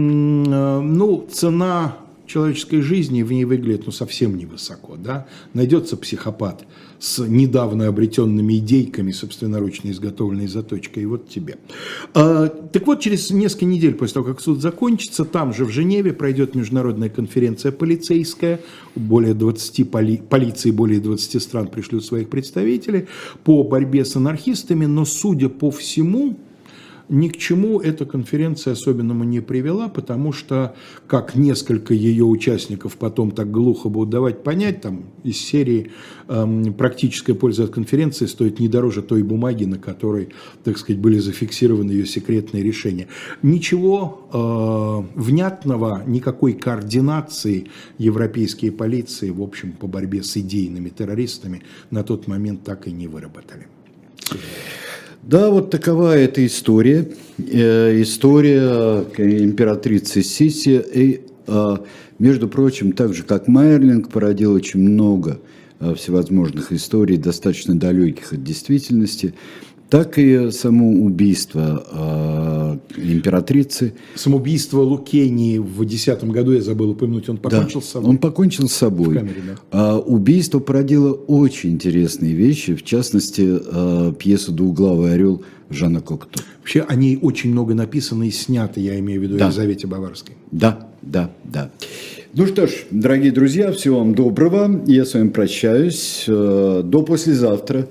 цена человеческой жизни в ней выглядит совсем невысоко. Найдется психопат с недавно обретенными идейками, собственноручно изготовленной заточкой, и вот тебе. Так вот, через несколько недель после того, как суд закончится, там же в Женеве пройдет международная конференция полицейская, более 20 полиции, более 20 стран пришлют своих представителей по борьбе с анархистами, но, судя по всему, ни к чему эта конференция особенному не привела, потому что, как несколько ее участников потом так глухо будут давать понять, там из серии практическая польза от конференции стоит не дороже той бумаги, на которой, так сказать, были зафиксированы ее секретные решения. Ничего внятного, никакой координации европейские полиции, в общем, по борьбе с идейными террористами на тот момент так и не выработали. Да, вот такова эта история. История императрицы Сиси. И, между прочим, так же, как Майерлинг, породил очень много всевозможных историй, достаточно далеких от действительности, так и само убийство императрицы. Самоубийство Лукении в 2010 году, я забыл упомянуть, он покончил с собой. Он покончил с собой. В камере, да. Убийство породило очень интересные вещи, в частности, пьесу «Двуглавый орел» Жана Кокто. Вообще о ней очень много написано и снято, я имею в виду, Елизавете Баварской. Да. Ну что ж, дорогие друзья, всего вам доброго. Я с вами прощаюсь. До послезавтра.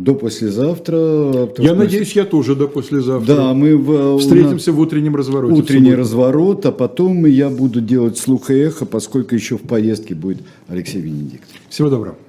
Я надеюсь, я тоже до послезавтра. Да, мы встретимся в утреннем развороте. Утренний разворот, а потом я буду делать слух и эхо, поскольку еще в поездке будет Алексей Венедиктов. Всего доброго.